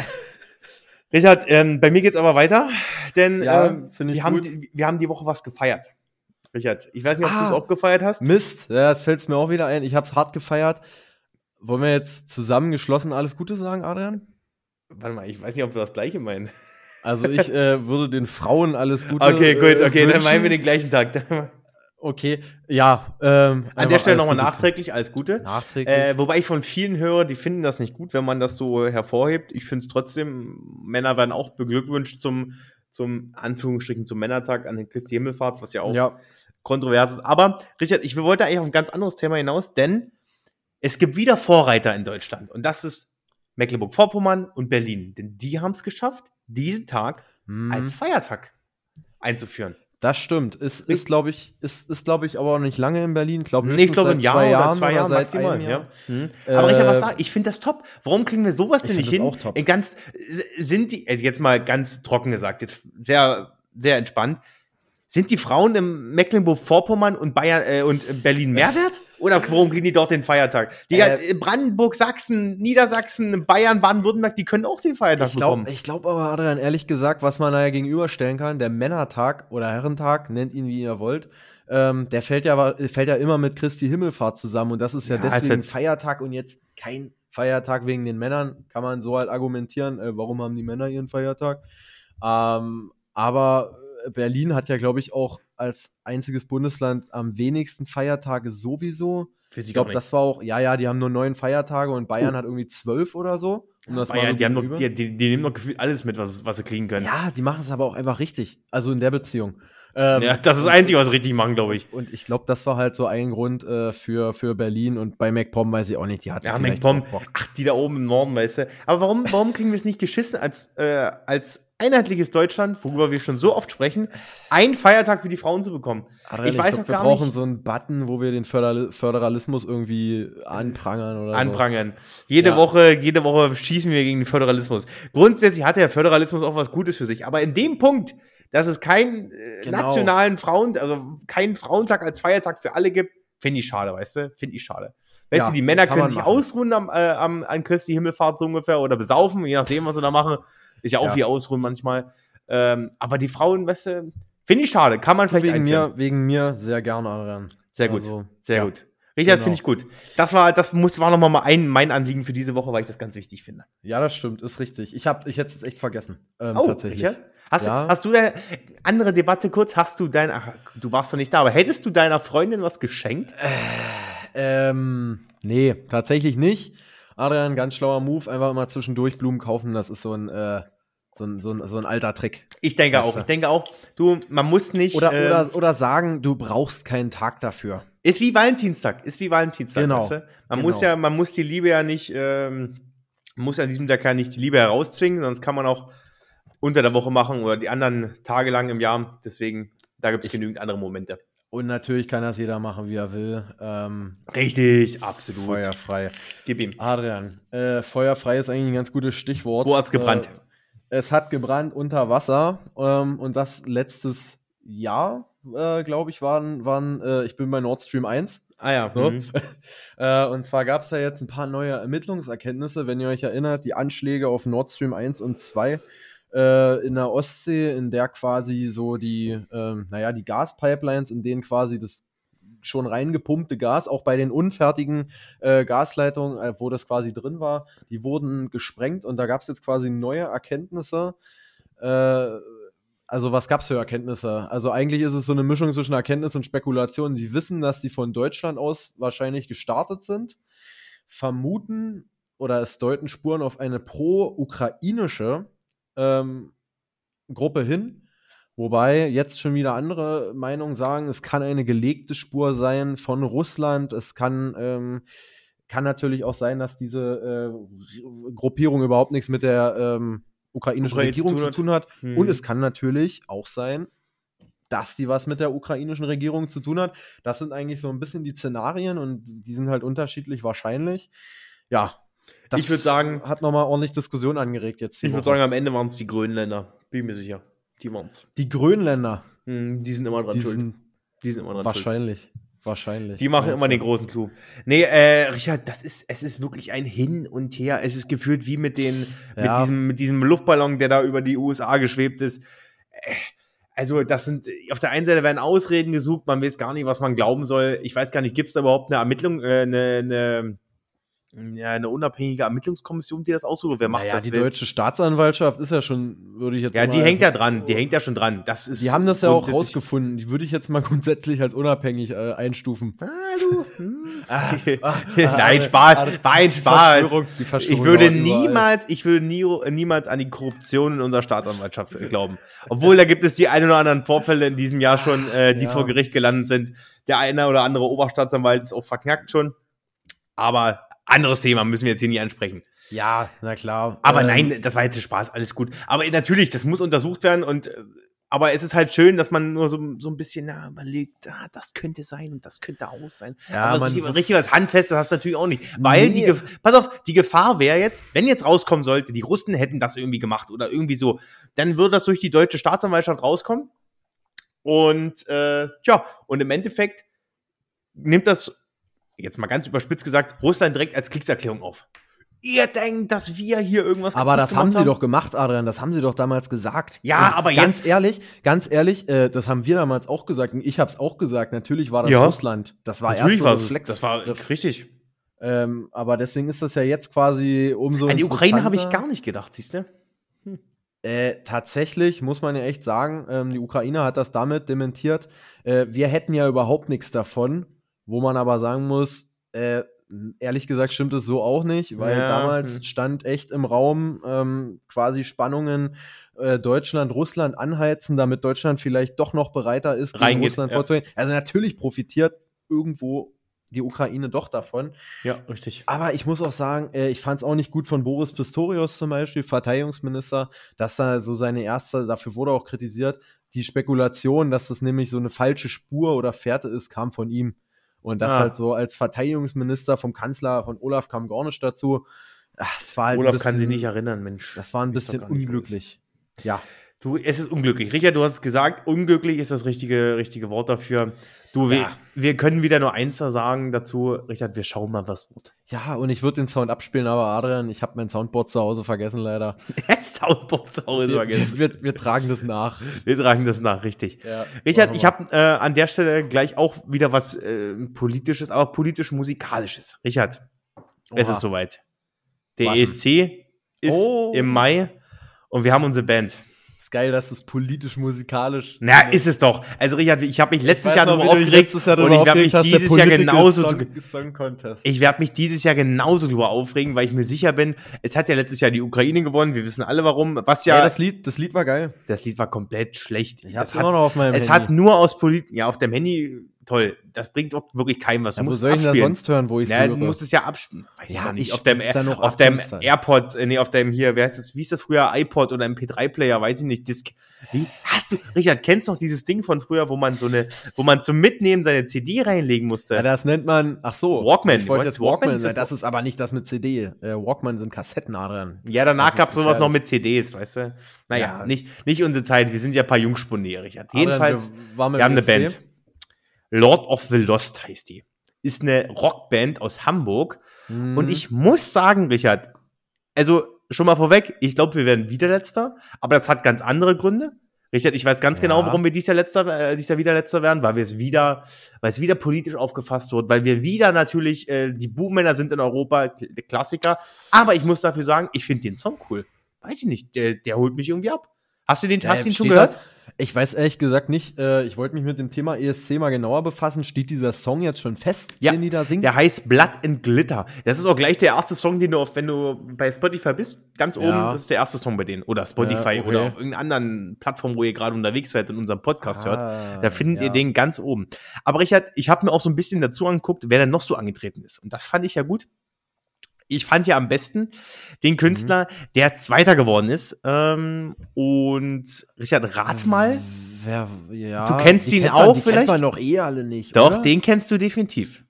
Richard, ähm, bei mir geht's aber weiter, denn Ja, ähm, finde ich wir, haben gut. die, wir haben die Woche was gefeiert. Richard, ich weiß nicht, ob Ah. du es auch gefeiert hast. Mist, ja, das fällt mir auch wieder ein. Ich habe es hart gefeiert. Wollen wir jetzt zusammengeschlossen alles Gute sagen, Adrian? Warte mal, ich weiß nicht, ob wir das Gleiche meinen. Also ich äh, würde den Frauen alles Gute Okay, gut, äh, okay, dann wünschen. meinen wir den gleichen Tag. Okay, ja. Ähm, An der Stelle nochmal alles Gute nachträglich, alles Gute. zu- Nachträglich. Äh, wobei ich von vielen höre, die finden das nicht gut, wenn man das so hervorhebt. Ich finde es trotzdem, Männer werden auch beglückwünscht zum, zum Anführungsstrichen, zum Männertag an den Christi Himmelfahrt, was ja auch ja, kontrovers ist. Aber, Richard, ich wollte eigentlich auf ein ganz anderes Thema hinaus, denn es gibt wieder Vorreiter in Deutschland. Und das ist Mecklenburg-Vorpommern und Berlin. Denn die haben es geschafft, diesen Tag hm, als Feiertag einzuführen. das stimmt. Ist, ist glaube ich, ist, ist, glaub ich, aber auch nicht lange in Berlin. Ich glaube, Nee, ich glaube, ein seit Jahr zwei oder Jahren zwei Jahre seit maximal. einem Jahr. Ja. Mhm. Äh, Aber ich habe was sagen, ich finde das top. Warum kriegen wir sowas denn Ich nicht find hin? das auch top. In ganz, sind die, also jetzt mal ganz trocken gesagt, jetzt sehr, sehr entspannt, sind die Frauen im Mecklenburg-Vorpommern und Bayern äh, und Berlin Mehrwert? Oder warum kriegen die dort den Feiertag? Die Äh, Brandenburg, Sachsen, Niedersachsen, Bayern, Baden-Württemberg, die können auch den Feiertag Ich glaube bekommen. ich glaub aber, Adrian, ehrlich gesagt, was man da ja gegenüberstellen kann, der Männertag oder Herrentag, nennt ihn wie ihr wollt, ähm, der fällt ja, fällt ja immer mit Christi Himmelfahrt zusammen und das ist ja, Ja, ist deswegen halt- Feiertag und jetzt kein Feiertag wegen den Männern, kann man so halt argumentieren, äh, warum haben die Männer ihren Feiertag? Ähm, aber Berlin hat ja, glaube ich, auch als einziges Bundesland am wenigsten Feiertage sowieso. Für sie Ich glaube, gar nicht. das war auch, ja, ja, die haben nur neun Feiertage und Bayern Oh. hat irgendwie zwölf oder so. Um das mal Bayern, so die, haben gegenüber- noch, die, die, die nehmen doch gefühlt alles mit, was, was sie kriegen können. ja, die machen es aber auch einfach richtig. Also in der Beziehung. Ähm, Ja, das ist das Einzige, was sie richtig machen, glaube ich. Und ich glaube, das war halt so ein Grund äh, für, für Berlin. Und bei MacPom weiß ich auch nicht, die hatten Ja, vielleicht MacPom, auch Bock. ach, die da oben im Norden, weißt du. Aber warum, warum kriegen wir es nicht geschissen, als, äh, als einheitliches Deutschland, worüber wir schon so oft sprechen, einen Feiertag für die Frauen zu bekommen? Adrian, ich weiß glaub, noch wir gar brauchen nicht. so einen Button, wo wir den Föderali- Föderalismus irgendwie anprangern oder Anprangern. Jede Ja. Woche, jede Woche schießen wir gegen den Föderalismus. Grundsätzlich hat der Föderalismus auch was Gutes für sich. Aber in dem Punkt, dass es keinen äh, Genau. nationalen Frauen, also keinen Frauentag als Feiertag für alle gibt, finde ich schade, weißt du? Finde ich schade. Weißt Ja, du, die Männer kann können man sich machen. ausruhen am, äh, am, an Christi Himmelfahrt so ungefähr oder besaufen, je nachdem, was sie da machen. Ist ja auch Ja. wie Ausruhen manchmal. Ähm, aber die Frauen, weißt du, finde ich schade. Kann man so. vielleicht Wegen einführen. mir, wegen mir sehr gerne, Adrian. Sehr gut. Also, Sehr ja. gut. Richard, Genau. finde ich gut. Das war, das muss, war nochmal mal ein, mein Anliegen für diese Woche, weil ich das ganz wichtig finde. Ja, das stimmt, ist richtig. Ich, hab, ich hätte es echt vergessen. Ähm, Oh, tatsächlich. Richard? Hast, Ja. du, hast du eine andere Debatte kurz? Hast du dein, ach, du warst doch nicht da, aber hättest du deiner Freundin was geschenkt? Ähm, nee, tatsächlich nicht. Adrian, ganz schlauer Move, einfach immer zwischendurch Blumen kaufen, das ist so ein, äh, so ein, so ein, so ein alter Trick. Ich denke Weißt auch. du? Ich denke auch, du, man muss nicht. Oder, ähm, oder, oder sagen, du brauchst keinen Tag dafür. Ist wie Valentinstag. Ist wie Valentinstag. Genau, Weißt du? Man genau. muss ja, man muss die Liebe ja nicht, ähm, man muss an diesem Tag ja nicht die Liebe herauszwingen, sonst kann man auch unter der Woche machen oder die anderen Tage lang im Jahr. Deswegen, da gibt es genügend andere Momente. Und natürlich kann das jeder machen, wie er will. Ähm, Richtig, absolut. feuerfrei. Gib ihm. Adrian, äh, feuerfrei ist eigentlich ein ganz gutes Stichwort. Wo hat's gebrannt? Äh, es hat gebrannt unter Wasser. Ähm, und das letztes Jahr, äh, glaube ich, waren, waren äh, ich bin bei Nord Stream eins. Ah ja. So. Mhm. äh, und zwar gab es ja jetzt ein paar neue Ermittlungserkenntnisse, wenn ihr euch erinnert, die Anschläge auf Nord Stream eins und zwei äh, in der Ostsee, in der quasi so die, ähm, naja, die Gaspipelines, in denen quasi das schon reingepumpte Gas, auch bei den unfertigen äh, Gasleitungen, äh, wo das quasi drin war, die wurden gesprengt und da gab es jetzt quasi neue Erkenntnisse. Äh, also was gab es für Erkenntnisse? Also eigentlich ist es so eine Mischung zwischen Erkenntnis und Spekulation. Sie wissen, dass die von Deutschland aus wahrscheinlich gestartet sind, vermuten oder es deuten Spuren auf eine pro-ukrainische ähm, Gruppe hin. Wobei jetzt schon wieder andere Meinungen sagen, es kann eine gelegte Spur sein von Russland. Es kann, ähm, kann natürlich auch sein, dass diese äh, Gruppierung überhaupt nichts mit der ähm, ukrainischen Ukraine Regierung zu zu tun tun hat. Hm. Und es kann natürlich auch sein, dass die was mit der ukrainischen Regierung zu tun hat. Das sind eigentlich so ein bisschen die Szenarien und die sind halt unterschiedlich wahrscheinlich. Ja, das Ich würd sagen- hat nochmal ordentlich Diskussion angeregt jetzt. die Ich würde Woche. sagen, am Ende waren es die Grönländer. Bin mir sicher. Die waren es. Die Grönländer, Die sind immer dran die schuld. sind Die sind immer dran schuld. wahrscheinlich, wahrscheinlich. Die machen Meinst immer du? den großen Clou. Nee, äh, Richard, das ist, es ist wirklich ein Hin und Her. Es ist gefühlt wie mit den, mit Ja. diesem, mit diesem Luftballon, der da über die U S A geschwebt ist. Äh, Also, das sind, auf der einen Seite werden Ausreden gesucht, man weiß gar nicht, was man glauben soll. Ich weiß gar nicht, gibt es da überhaupt eine Ermittlung, äh, eine, eine, ja, eine unabhängige Ermittlungskommission, die das aussucht? Oder wer macht Naja, das? die Wer- deutsche Staatsanwaltschaft ist ja schon, würde ich jetzt ja, mal die hängt als- ja dran. Die hängt ja schon dran. Das ist Die haben das ja auch grundsätzlich- rausgefunden. Die würde ich jetzt mal grundsätzlich als unabhängig äh, einstufen. Ah, du. Hm. ah, Nein, ah, Spaß. ah, War ein die Spaß. Verschwörung- die Verschwörung Ich würde dauert überall. niemals, ich würde nie, niemals an die Korruption in unserer Staatsanwaltschaft glauben. Obwohl, da gibt es die ein oder anderen Vorfälle in diesem Jahr schon, äh, die Ja. vor Gericht gelandet sind. Der eine oder andere Oberstaatsanwalt ist auch verknackt schon. Aber anderes Thema müssen wir jetzt hier nie ansprechen. Ja, na klar. Aber Ähm, nein, das war jetzt Spaß, alles gut. Aber natürlich, das muss untersucht werden und äh, aber es ist halt schön, dass man nur so, so ein bisschen na, überlegt, ah, das könnte sein und das könnte aus sein. Ja, aber man- richtig, richtig was Handfestes hast du natürlich auch nicht. Weil Nee. die Gef- pass auf, die Gefahr wäre jetzt, wenn jetzt rauskommen sollte, die Russen hätten das irgendwie gemacht oder irgendwie so, dann würde das durch die deutsche Staatsanwaltschaft rauskommen. Und äh, ja, und im Endeffekt nimmt das, jetzt mal ganz überspitzt gesagt, Russland direkt als Kriegserklärung auf. Ihr denkt, dass wir hier irgendwas Aber kaputt das haben gemacht sie doch gemacht, Adrian. Das haben sie doch damals gesagt. Ja, Und aber ganz jetzt- ehrlich, ganz ehrlich, äh, das haben wir damals auch gesagt. Und ich habe es auch gesagt. Natürlich war das Ja. Russland. Das war Natürlich erst war so ein es Flex. das war richtig. Ähm, aber deswegen ist das ja jetzt quasi umso An die Ukraine habe ich interessanter. gar nicht gedacht, siehst du? Äh, tatsächlich muss man ja echt sagen, ähm, die Ukraine hat das damit dementiert. Äh, wir hätten ja überhaupt nichts davon, wo man aber sagen muss, äh, ehrlich gesagt stimmt es so auch nicht, weil Ja, damals hm. stand echt im Raum ähm, quasi Spannungen äh, Deutschland, Russland anheizen, damit Deutschland vielleicht doch noch bereiter ist, gegen Reingeht, Russland ja. vorzugehen. Also natürlich profitiert irgendwo die Ukraine doch davon. Ja, richtig. Aber ich muss auch sagen, äh, ich fand es auch nicht gut von Boris Pistorius zum Beispiel, Verteidigungsminister, dass da so seine erste, dafür wurde auch kritisiert, die Spekulation, dass das nämlich so eine falsche Spur oder Fährte ist, kam von ihm. Und das Ah. halt so als Verteidigungsminister vom Kanzler, von Olaf kam gar nicht dazu. Ach, das war halt ein Olaf bisschen, kann sich nicht erinnern, Mensch. Das war ein Ist doch bisschen gar nicht unglücklich. Ja. Du, es ist unglücklich. Richard, du hast es gesagt, unglücklich ist das richtige, richtige Wort dafür. Du, wir, Ja. wir können wieder nur eins da sagen dazu. Richard, wir schauen mal, was wird. Ja, und ich würde den Sound abspielen, aber Adrian, ich habe mein Soundboard zu Hause vergessen, leider. Soundboard zu Hause Wir, vergessen. wir, wir, wir tragen das nach. Wir tragen das nach, richtig. Ja, Richard, machen ich wir. habe äh, an der Stelle gleich auch wieder was äh, Politisches, aber politisch-musikalisches. Richard, es Oha. ist soweit. Der Was E S C ist Oh. im Mai und wir haben unsere Band. Ist geil, dass es politisch-musikalisch. Na, ist es doch. Also Richard, ich habe mich letztes weiß Jahr noch, darüber wie du dich aufgeregt letztes Jahr und darüber ich werde mich aufgeregt hast, der dieses Jahr Political genauso Song, Song Contest. ich werde mich dieses Jahr genauso drüber aufregen, weil ich mir sicher bin, es hat ja letztes Jahr die Ukraine gewonnen, wir wissen alle warum, was ja, ja, das, das Lied, das Lied war geil. Lied war komplett schlecht. Ich hab's das immer hat, noch auf meinem es Handy. hat nur aus Polit, ja, auf dem Handy, toll, das bringt auch wirklich keinem was. Du Ja, wo musst soll ich denn da abspielen. sonst hören, wo ich es Ja, höre? du musst es ja abspielen. Weiß ich Ja, doch nicht. ich Auf deinem, spiel's dann noch auf ab, deinem wenn's dann- AirPod, äh, nee, auf deinem hier, wie heißt es, wie ist das früher, iPod oder M P drei Player, weiß ich nicht, Disc. Wie, hast du, Richard, kennst du noch dieses Ding von früher, wo man so eine, wo man zum Mitnehmen seine C D reinlegen musste? Ja, das nennt man, ach so. Walkman. Ich wollte Was? jetzt Walkman, Walkman ist sein. das Das ist aber nicht das mit C D. Äh, Walkman sind Kassetten, Adrian. Ja, danach Das ist gab es sowas gefährlich. noch mit C Ds, weißt du? Naja, Ja. nicht, nicht unsere Zeit, wir sind ja ein paar Jungspunde, Richard. Adrian, Jedenfalls, wir waren mit wir haben dem eine E S C. Band. Lord of the Lost heißt die. Ist eine Rockband aus Hamburg. Mhm. Und ich muss sagen, Richard, also schon mal vorweg, ich glaube, wir werden wieder Letzter, aber das hat ganz andere Gründe. Richard, ich weiß ganz Ja. genau, warum wir dieses Jahr Letzter, äh, dieses Jahr wieder Letzter werden, weil wir es wieder, weil es wieder politisch aufgefasst wird, weil wir wieder natürlich, äh, die Buhmänner sind in Europa, K- der Klassiker. Aber ich muss dafür sagen, ich finde den Song cool. Weiß ich nicht, der, der holt mich irgendwie ab. Hast du den, Ja, hast du ihn jetzt schon steht gehört? das- Ich weiß ehrlich gesagt nicht. Äh, ich wollte mich mit dem Thema E S C mal genauer befassen. Steht dieser Song jetzt schon fest, Ja, den die da singen? Der heißt Blood and Glitter. Das ist auch gleich der erste Song, den du auf, wenn du bei Spotify bist, ganz oben, Ja. das ist der erste Song bei denen. Oder Spotify Ja, okay. oder auf irgendeiner anderen Plattform, wo ihr gerade unterwegs seid und unseren Podcast hört. Ah, Da findet ja. ihr den ganz oben. Aber Richard, ich habe mir auch so ein bisschen dazu angeguckt, wer denn noch so angetreten ist. Und das fand ich ja gut. Ich fand ja am besten den Künstler, Mhm. der Zweiter geworden ist. Ähm, und Richard, rat mal. Wer, ja, Du kennst die ihn kennt man, auch die vielleicht? kennt man doch eh alle nicht, Doch, oder? den kennst du definitiv.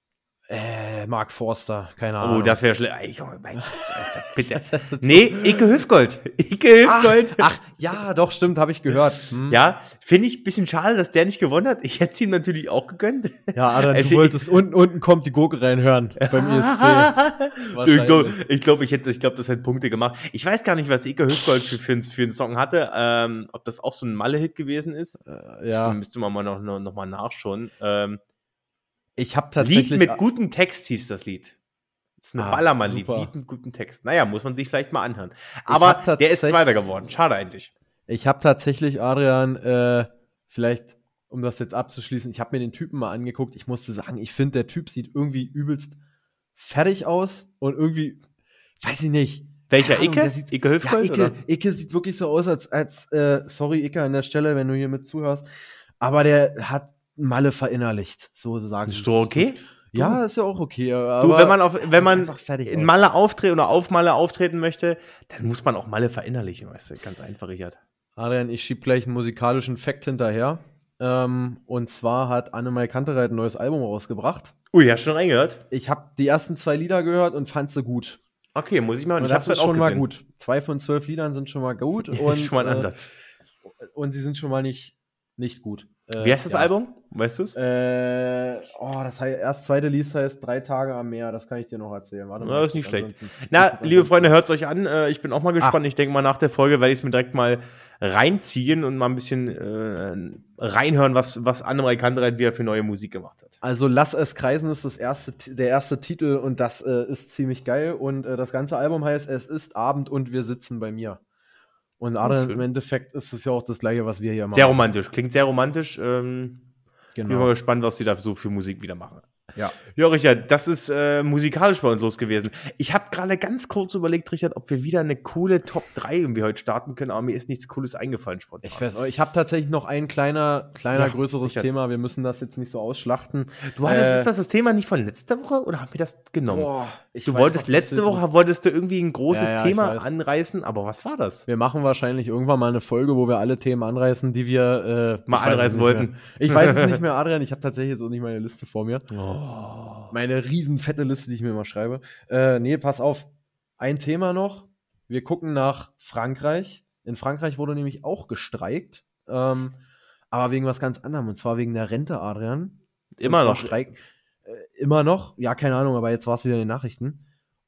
Äh, Mark Forster, keine Ahnung. Oh, das wäre schlecht. Ey, Junge, mein Gott, also, bitte. Nee, Ike Hüftgold. Ike ach, Hüftgold. ach, ja, doch, stimmt, habe ich gehört. Hm. Ja, finde ich ein bisschen schade, dass der nicht gewonnen hat. Ich hätte es ihm natürlich auch gegönnt. Ja, Adrian, Also du wolltest unten, unten kommt die Gurke reinhören beim E S C. Ich Wahrscheinlich. glaube, ich, glaub, ich hätte, ich glaube, das hätte Punkte gemacht. Ich weiß gar nicht, was Ike Hüftgold für, für, für einen Song hatte. Ähm, ob das auch so ein Malle-Hit gewesen ist. Äh, ja, Müsste, müsste man mal noch, noch, noch mal nachschauen. Ähm, ich habe tatsächlich. Lied mit gutem Text hieß das Lied. Das ist ein Ah, Ballermann-Lied. super. Lied mit gutem Text. Naja, muss man sich vielleicht mal anhören. hab Aber der ist tatsächlich- Zweiter geworden. Schade eigentlich. Ich habe tatsächlich, Adrian, äh, vielleicht, um das jetzt abzuschließen, ich habe mir den Typen mal angeguckt. Ich musste sagen, ich finde, der Typ sieht irgendwie übelst fertig aus und irgendwie, weiß ich nicht. Welcher, Keine Ahnung, Icke? der sieht- Icke Ja, Hüftgold? Icke, oder? Icke sieht wirklich so aus, als, als äh, sorry, Icke, an der Stelle, wenn du hier mit zuhörst. Aber der hat Malle verinnerlicht, so sagen Ist sie. doch okay. Ja, ist ja auch okay. Du, Aber wenn man, auf, wenn man einfach fertig in aus. Malle auftreten oder auf Malle auftreten möchte, dann muss man auch Malle verinnerlichen, weißt du? Ganz einfach, Richard. Adrian, ich schieb gleich einen musikalischen Fact hinterher. Ähm, und zwar hat Annemai Kantereit ein neues Album rausgebracht. Ui, hast du schon reingehört? Ich habe die ersten zwei Lieder gehört und fand sie gut. Okay, muss ich mal. Und Ich hab's das ist halt auch schon mal gesehen. gut. Zwei von zwölf Liedern sind schon mal gut. Und, Und, schon mal ein äh, Ansatz. und sie sind schon mal nicht, nicht gut. Äh, Wie heißt das ja. Album? Weißt du's? Äh, oh, das heißt, erst zweite Lied heißt drei Tage am Meer. Das kann ich dir noch erzählen. Warte Ja, ist nicht schlecht. Ansonsten- Na, ansonsten- liebe Freunde, hört es euch an. Äh, Ich bin auch mal Ah. gespannt. Ich denke mal, nach der Folge werde ich es mir direkt mal reinziehen und mal ein bisschen äh, reinhören, was, was Annemai Kantereit wieder für neue Musik gemacht hat. Also Lass es kreisen ist das erste, der erste Titel und das äh, ist ziemlich geil. Und äh, das ganze Album heißt Es ist Abend und wir sitzen bei mir. Und Adrian, schön. im Endeffekt ist es ja auch das gleiche, was wir hier machen. Sehr romantisch. Klingt sehr romantisch. Ähm, Bin mal Genau. gespannt, was sie da so für Musik wieder machen. Ja. Ja, Richard, das ist äh, musikalisch bei uns los gewesen. Ich habe gerade ganz kurz überlegt, Richard, ob wir wieder eine coole Top drei irgendwie heute starten können, aber mir ist nichts Cooles eingefallen, spontan. Ich weiß, auch, ich habe tatsächlich noch ein kleiner, kleiner Ja, größeres Richard. Thema. Wir müssen das jetzt nicht so ausschlachten. Du hattest, Äh, ist das das Thema nicht von letzter Woche oder haben wir das genommen? Boah, ich du weiß wolltest noch, letzte das- Woche, wolltest du irgendwie ein großes Ja, ja, ich Thema weiß. anreißen, aber was war das? Wir machen wahrscheinlich irgendwann mal eine Folge, wo wir alle Themen anreißen, die wir äh, Mal ich weiß es anreißen nicht wollten. mehr. Ich weiß es nicht mehr, Adrian. Ich habe tatsächlich jetzt auch nicht meine Liste vor mir. Oh. Meine riesen fette Liste, die ich mir mal schreibe. Äh, nee, pass auf. Ein Thema noch. Wir gucken nach Frankreich. In Frankreich wurde nämlich auch gestreikt, ähm, aber wegen was ganz anderem, und zwar wegen der Rente, Adrian. Immer Und zwar noch. Streik, äh, immer noch, ja, keine Ahnung, aber jetzt war es wieder in den Nachrichten.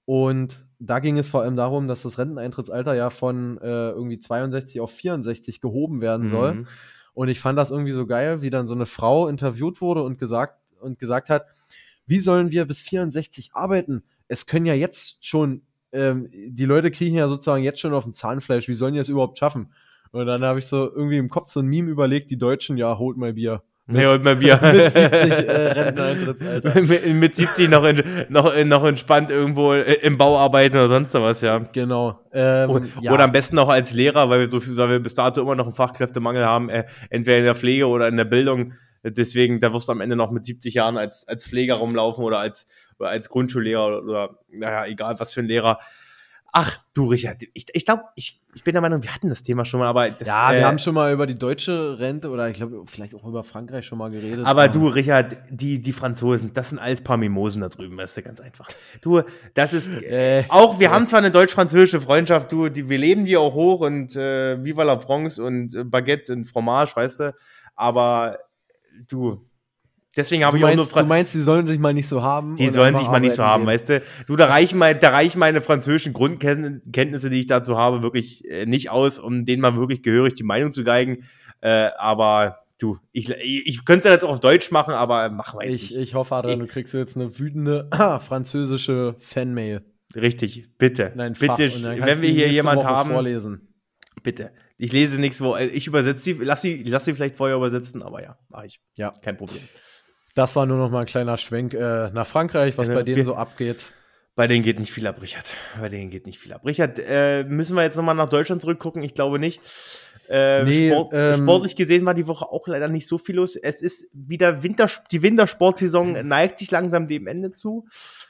Und da ging es vor allem darum, dass das Renteneintrittsalter ja von äh, irgendwie zweiundsechzig auf vierundsechzig gehoben werden soll. Mhm. Und ich fand das irgendwie so geil, wie dann so eine Frau interviewt wurde und gesagt, und gesagt hat, wie sollen wir bis vierundsechzig arbeiten? Es können ja jetzt schon, ähm, die Leute kriechen ja sozusagen jetzt schon auf dem Zahnfleisch. Wie sollen die das überhaupt schaffen? Und dann habe ich so irgendwie im Kopf so ein Meme überlegt, die Deutschen, ja, holt mal Bier. Mit, ja, holt mal Bier. mit siebzig äh, Renteneintrittsalter. mit, mit siebzig noch, in, noch, noch entspannt irgendwo im Bau arbeiten oder sonst was, ja. Genau. Ähm, oder, ja. oder am besten noch als Lehrer, weil wir so viel, weil wir bis dato immer noch einen Fachkräftemangel haben, äh, entweder in der Pflege oder in der Bildung. Deswegen, da wirst du am Ende noch mit siebzig Jahren als, als Pfleger rumlaufen oder als, oder als Grundschullehrer oder, oder, naja, egal was für ein Lehrer. Ach, du, Richard, ich, ich glaube, ich, ich bin der Meinung, wir hatten das Thema schon mal, aber das, ja, wir äh, haben schon mal über die deutsche Rente oder ich glaube, vielleicht auch über Frankreich schon mal geredet. Aber du, Richard, die, die Franzosen, das sind alles paar Mimosen da drüben, weißt du, ganz einfach. Du, das ist, äh, auch, wir äh. haben zwar eine deutsch-französische Freundschaft, du, die, wir leben die auch hoch und äh, Viva la France und äh, Baguette und Fromage, weißt du, aber du, deswegen habe ich meinst, auch nur Fra- Du meinst, die sollen sich mal nicht so haben? Die sollen sich mal nicht so haben, gehen. Weißt du? Du, da reichen, mein, da reichen meine französischen Grundkenntnisse, die ich dazu habe, wirklich äh, nicht aus, um denen mal wirklich gehörig die Meinung zu geigen. Äh, aber du, ich, ich, ich könnte es ja jetzt auch auf Deutsch machen, aber machen wir jetzt ich, nicht. Ich hoffe, Adrian, du kriegst jetzt eine wütende ah, französische Fanmail. Richtig, bitte. Nein, bitte, wenn wir hier jemand Woche haben. Vorlesen. Bitte. Ich lese nichts, wo ich übersetze sie, lass sie, lass sie vielleicht vorher übersetzen, aber ja, mache ich. Ja. Kein Problem. Das war nur noch mal ein kleiner Schwenk äh, nach Frankreich, was ja, bei denen wir, so abgeht. Bei denen geht nicht viel ab, Richard. Bei denen geht nicht viel ab. Richard, äh, müssen wir jetzt noch mal nach Deutschland zurückgucken? Ich glaube nicht. Äh, nee, Sport, ähm, sportlich gesehen war die Woche auch leider nicht so viel los. Es ist wieder Winter, die Wintersportsaison neigt sich langsam dem Ende zu.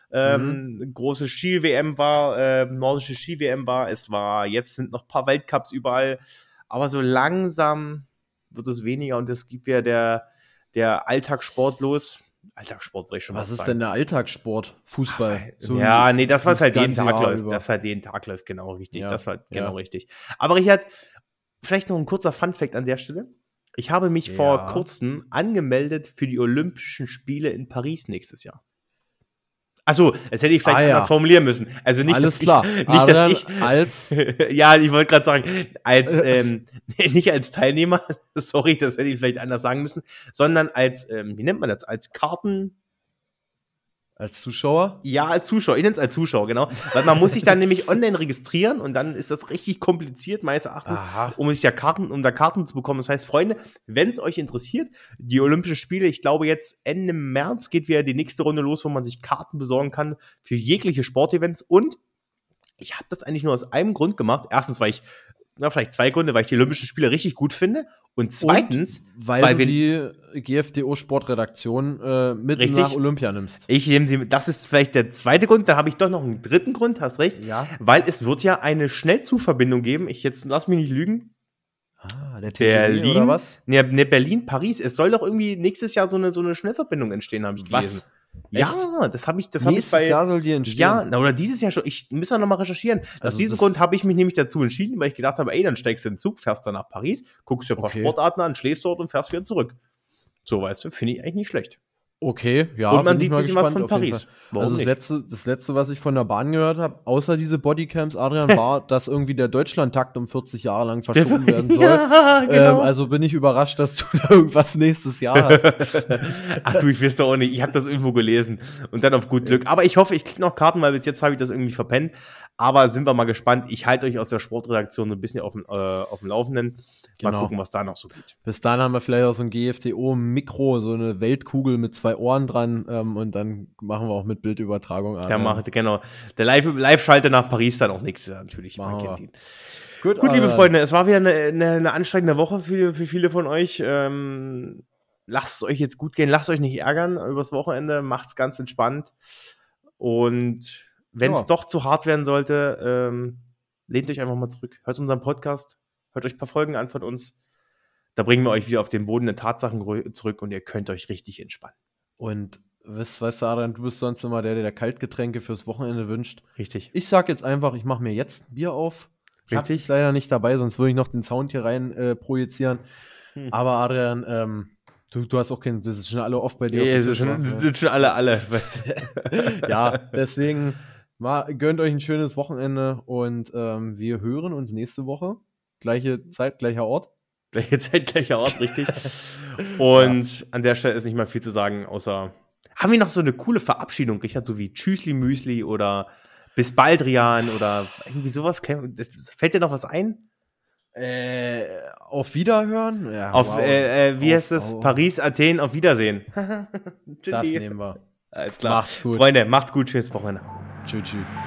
Ähm, mhm. Große Ski-W M war, äh, nordische Ski-W M war. Es war, jetzt sind noch ein paar Weltcups überall. Aber so langsam wird es weniger und es gibt ja der der Alltagssport los. Alltagssport, soll ich schon was was ist denn der Alltagssport? Fußball. Ach, so ja, nee, das, was halt jeden Tag läuft. Über. Das halt jeden Tag läuft, genau richtig. Ja, das war genau ja. richtig. Aber Richard, vielleicht noch ein kurzer Funfact an der Stelle. Ich habe mich ja. vor kurzem angemeldet für die Olympischen Spiele in Paris nächstes Jahr. Achso, das hätte ich vielleicht ah, anders ja. formulieren müssen. Also nicht, Alles dass klar. ich, nicht, dass ich als ja, ich wollte gerade sagen, als ähm, nicht als Teilnehmer, sorry, das hätte ich vielleicht anders sagen müssen, sondern als, ähm, wie nennt man das, als Karten... Als Zuschauer? Ja, als Zuschauer. Ich nenne es als Zuschauer, genau. Weil man muss sich dann nämlich online registrieren und dann ist das richtig kompliziert, meines Erachtens, Aha. um sich ja Karten, um da Karten zu bekommen. Das heißt, Freunde, wenn es euch interessiert, die Olympischen Spiele, ich glaube jetzt Ende März geht wieder die nächste Runde los, wo man sich Karten besorgen kann für jegliche Sportevents. Und ich habe das eigentlich nur aus einem Grund gemacht. Erstens, weil ich, na, vielleicht zwei Gründe, weil ich die Olympischen Spiele richtig gut finde. Und zweitens, und weil, weil du die G F D O-Sportredaktion äh, mit richtig, nach Olympia nimmst. Ich nehme sie, das ist vielleicht der zweite Grund. Da habe ich doch noch einen dritten Grund, hast recht. Ja. Weil es wird ja eine Schnellzugverbindung geben. Ich jetzt lass mich nicht lügen. Ah, der T G V Berlin oder was? Ne, ne, Berlin, Paris. Es soll doch irgendwie nächstes Jahr so eine, so eine Schnellverbindung entstehen, habe ich gelesen. Was? Ja, das habe ich, das habe ich bei. Nächstes Jahr soll die entstehen. Ja, oder dieses Jahr schon. Ich muss ja noch mal recherchieren. Aus also diesem Grund habe ich mich nämlich dazu entschieden, weil ich gedacht habe, ey, dann steigst du in den Zug, fährst dann nach Paris, guckst dir ein paar okay. Sportarten an, schläfst dort und fährst wieder zurück. So, weißt du, finde ich eigentlich nicht schlecht. Okay, ja. Und man sieht ein bisschen was von Paris. Also das letzte, das letzte, was ich von der Bahn gehört habe, außer diese Bodycams, Adrian, war, dass irgendwie der Deutschlandtakt um vierzig Jahre lang verschoben werden soll. Ja, genau. ähm, also bin ich überrascht, dass du da irgendwas nächstes Jahr hast. Ach du, ich weiß doch auch nicht. Ich habe das irgendwo gelesen. Und dann auf gut Glück. Aber ich hoffe, ich kriege noch Karten, weil bis jetzt habe ich das irgendwie verpennt. Aber sind wir mal gespannt. Ich halte euch aus der Sportredaktion so ein bisschen auf dem, äh, auf dem Laufenden. Mal genau. gucken, was da noch so geht. Bis dahin haben wir vielleicht auch so ein G F T O-Mikro, so eine Weltkugel mit zwei Ohren dran. Ähm, und dann machen wir auch mit Bildübertragung. Der macht, genau. Der Live-Schalter nach Paris dann auch nichts, natürlich. Man kennt ihn. Gut, Gut liebe Freunde, es war wieder eine, eine, eine anstrengende Woche für, für viele von euch. Ähm, lasst es euch jetzt gut gehen. Lasst euch nicht ärgern übers Wochenende. Macht's ganz entspannt. Und wenn es ja. doch zu hart werden sollte, ähm, lehnt euch einfach mal zurück. Hört unseren Podcast. Hört euch ein paar Folgen an von uns. Da bringen wir euch wieder auf den Boden der Tatsachen zurück und ihr könnt euch richtig entspannen. Und weißt, weißt du, Adrian, du bist sonst immer der, der Kaltgetränke fürs Wochenende wünscht. Richtig. Ich sag jetzt einfach, ich mache mir jetzt ein Bier auf Ich habe es leider nicht dabei, sonst würde ich noch den Sound hier rein äh, projizieren. Hm. Aber Adrian, ähm, du, du hast auch keinen, das ist schon alle oft bei dir. Ja, das sind schon, sind schon alle, alle. Ja, deswegen mal, gönnt euch ein schönes Wochenende und ähm, wir hören uns nächste Woche. Gleiche Zeit, gleicher Ort. Gleiche Zeit, gleicher Ort, richtig. Und ja. An der Stelle ist nicht mal viel zu sagen, außer, haben wir noch so eine coole Verabschiedung, Richard, so wie Tschüssli Müsli oder bis Baldrian oder irgendwie sowas? Fällt dir noch was ein? Äh, auf Wiederhören? Ja, auf, wow. äh, äh, wie auf, heißt es? Auf, Paris, Athen, auf Wiedersehen. Das nehmen wir. Alles klar. Macht's gut. Freunde, macht's gut. Schönes Wochenende. Tschüss, tschüss.